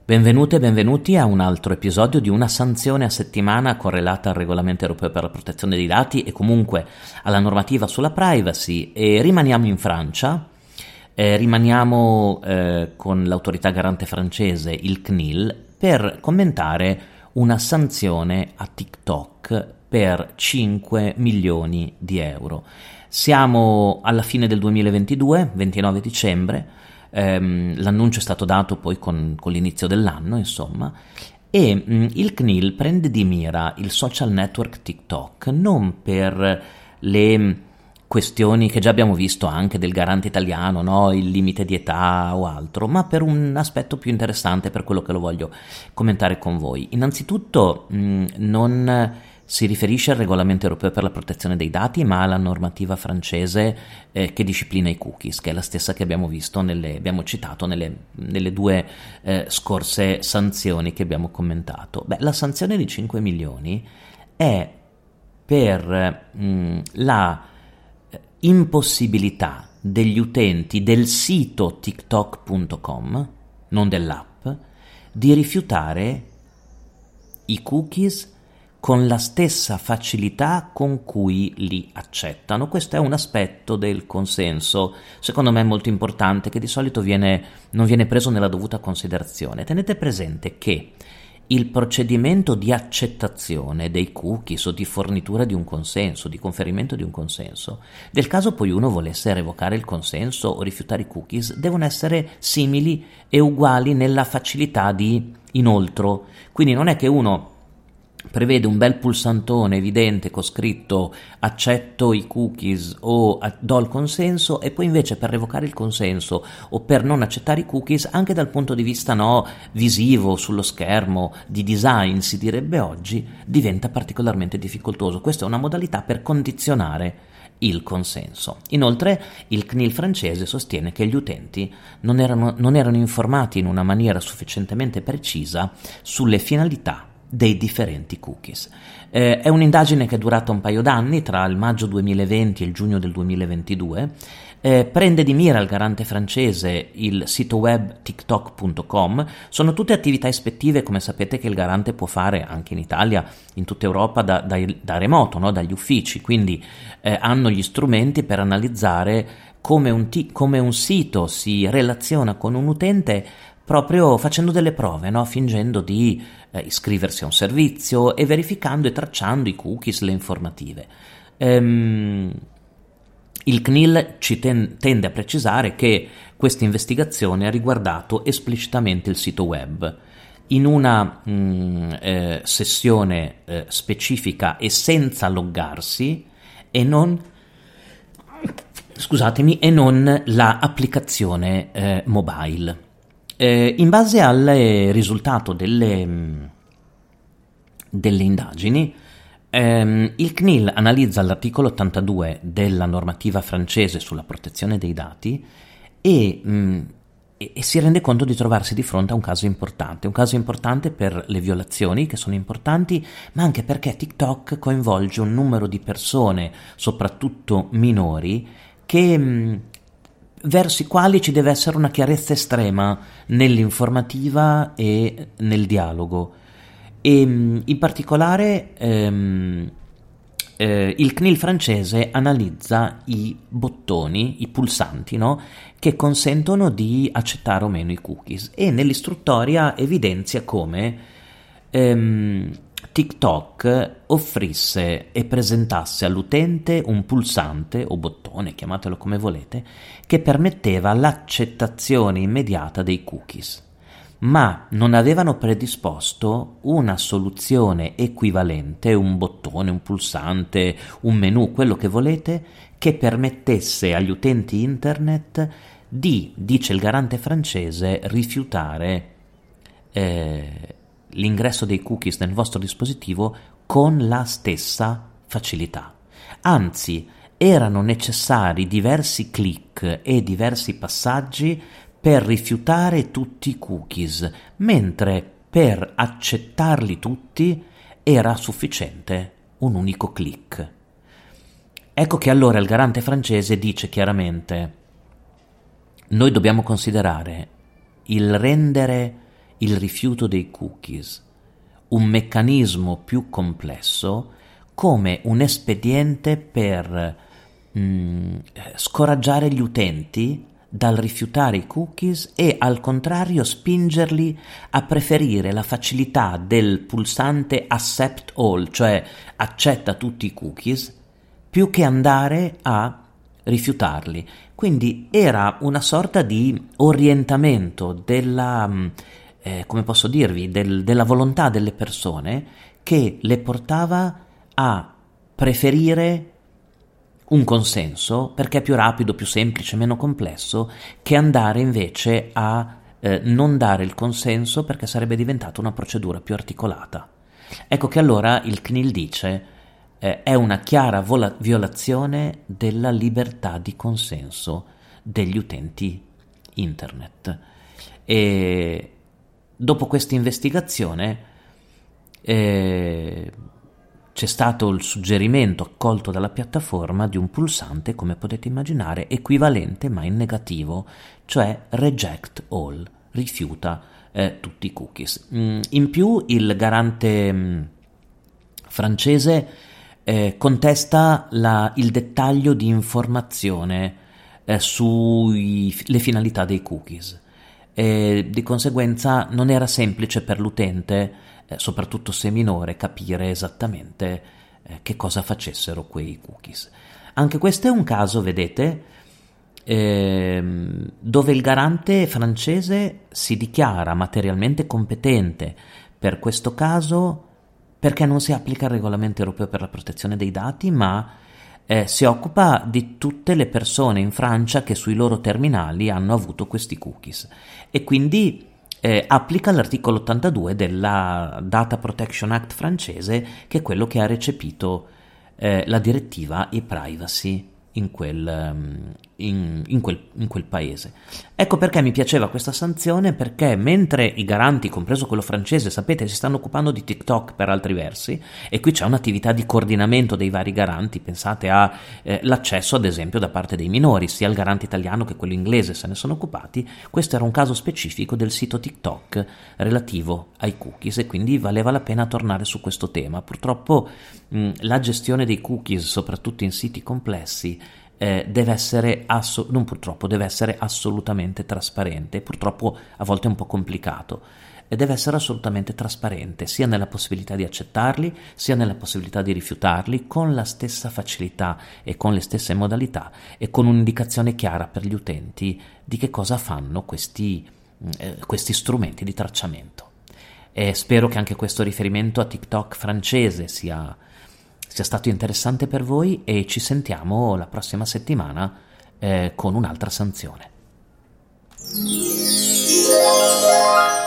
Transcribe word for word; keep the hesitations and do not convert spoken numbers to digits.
Benvenute e benvenuti a un altro episodio di una sanzione a settimana correlata al regolamento europeo per la protezione dei dati e comunque alla normativa sulla privacy. E rimaniamo in Francia, eh, rimaniamo eh, con l'autorità garante francese, il C N I L, per commentare una sanzione a TikTok per cinque milioni di euro. Siamo alla fine del duemilaventidue, ventinove dicembre. Um, l'annuncio è stato dato poi con, con l'inizio dell'anno, insomma, e um, il C N I L prende di mira il social network TikTok non per le questioni che già abbiamo visto anche del garante italiano, no? Il limite di età o altro, ma per un aspetto più interessante, per quello che lo voglio commentare con voi. Innanzitutto um, non si riferisce al regolamento europeo per la protezione dei dati, ma alla normativa francese eh, che disciplina i cookies, che è la stessa che abbiamo visto, nelle, abbiamo citato nelle, nelle due eh, scorse sanzioni che abbiamo commentato. Beh, la sanzione di cinque milioni è per mh, la impossibilità degli utenti del sito tiktok punto com, non dell'app, di rifiutare i cookies con la stessa facilità con cui li accettano. Questo è un aspetto del consenso, secondo me molto importante, che di solito viene, non viene preso nella dovuta considerazione. Tenete presente che il procedimento di accettazione dei cookies o di fornitura di un consenso, di conferimento di un consenso, nel caso poi uno volesse revocare il consenso o rifiutare i cookies, devono essere simili e uguali nella facilità di inoltro. Quindi non è che uno prevede un bel pulsantone evidente con scritto accetto i cookies o do il consenso, e poi invece per revocare il consenso o per non accettare i cookies, anche dal punto di vista no visivo sullo schermo, di design si direbbe oggi, diventa particolarmente difficoltoso. Questa è una modalità per condizionare il consenso. Inoltre il C N I L francese sostiene che gli utenti non erano, non erano informati in una maniera sufficientemente precisa sulle finalità dei differenti cookies. Eh, è un'indagine che è durata un paio d'anni, tra il maggio duemilaventi e il giugno del duemilaventidue. Eh, prende di mira il garante francese il sito web tiktok punto com. Sono tutte attività ispettive, come sapete, che il garante può fare anche in Italia, in tutta Europa, da, da, da remoto, no? Dagli uffici, quindi eh, hanno gli strumenti per analizzare come un, t- come un sito si relaziona con un utente, proprio facendo delle prove, no? Fingendo di eh, iscriversi a un servizio e verificando e tracciando i cookies, le informative. Ehm, il C N I L ci ten- tende a precisare che questa investigazione ha riguardato esplicitamente il sito web. In una mh, eh, sessione eh, specifica e senza loggarsi, e non scusatemi, e non la applicazione eh, mobile. Eh, in base al risultato delle, delle indagini, ehm, il C N I L analizza l'articolo ottantadue della normativa francese sulla protezione dei dati e, mh, e, e si rende conto di trovarsi di fronte a un caso importante, un caso importante per le violazioni, che sono importanti, ma anche perché TikTok coinvolge un numero di persone, soprattutto minori, che mh, verso i quali ci deve essere una chiarezza estrema nell'informativa e nel dialogo. E in particolare ehm, eh, il C N I L francese analizza i bottoni, i pulsanti, no? Che consentono di accettare o meno i cookies, e nell'istruttoria evidenzia come ehm, TikTok offrisse e presentasse all'utente un pulsante o bottone, chiamatelo come volete, che permetteva l'accettazione immediata dei cookies, ma non avevano predisposto una soluzione equivalente, un bottone, un pulsante, un menu, quello che volete, che permettesse agli utenti internet di, dice il garante francese, rifiutare eh, l'ingresso dei cookies nel vostro dispositivo con la stessa facilità. Anzi, erano necessari diversi click e diversi passaggi per rifiutare tutti i cookies, mentre per accettarli tutti era sufficiente un unico click. Ecco che allora il garante francese dice chiaramente: noi dobbiamo considerare il rendere il rifiuto dei cookies un meccanismo più complesso come un espediente per mh, scoraggiare gli utenti dal rifiutare i cookies e al contrario spingerli a preferire la facilità del pulsante accept all, cioè accetta tutti i cookies, più che andare a rifiutarli. Quindi era una sorta di orientamento della, eh, come posso dirvi, del, della volontà delle persone che le portava a preferire un consenso perché è più rapido, più semplice, meno complesso, che andare invece a eh, non dare il consenso perché sarebbe diventata una procedura più articolata. Ecco che allora il C N I L dice eh, è una chiara vola- violazione della libertà di consenso degli utenti internet. E dopo questa investigazione eh, c'è stato il suggerimento accolto dalla piattaforma di un pulsante, come potete immaginare, equivalente ma in negativo, cioè reject all, rifiuta eh, tutti i cookies. Mm, in più il garante mm, francese eh, contesta la, il dettaglio di informazione eh, sulle finalità dei cookies. E di conseguenza non era semplice per l'utente, eh, soprattutto se minore, capire esattamente eh, che cosa facessero quei cookies. Anche questo è un caso, vedete, ehm, dove il garante francese si dichiara materialmente competente per questo caso perché non si applica il regolamento europeo per la protezione dei dati, ma Eh, si occupa di tutte le persone in Francia che sui loro terminali hanno avuto questi cookies e quindi eh, applica l'articolo ottantadue della Data Protection Act francese, che è quello che ha recepito eh, la direttiva e-privacy in quel, in, in, quel, in quel paese. Ecco perché mi piaceva questa sanzione, perché mentre i garanti, compreso quello francese, sapete, si stanno occupando di TikTok per altri versi, e qui c'è un'attività di coordinamento dei vari garanti, pensate all'accesso eh, ad esempio da parte dei minori, sia il garante italiano che quello inglese se ne sono occupati. Questo era un caso specifico del sito TikTok relativo ai cookies e quindi valeva la pena tornare su questo tema. Purtroppo mh, la gestione dei cookies, soprattutto in siti complessi, Eh, deve essere asso- non purtroppo deve essere assolutamente trasparente, purtroppo a volte è un po' complicato, e deve essere assolutamente trasparente sia nella possibilità di accettarli sia nella possibilità di rifiutarli, con la stessa facilità e con le stesse modalità e con un'indicazione chiara per gli utenti di che cosa fanno questi, eh, questi strumenti di tracciamento. E spero che anche questo riferimento a TikTok francese sia sia stato interessante per voi e ci sentiamo la prossima settimana eh, con un'altra sanzione.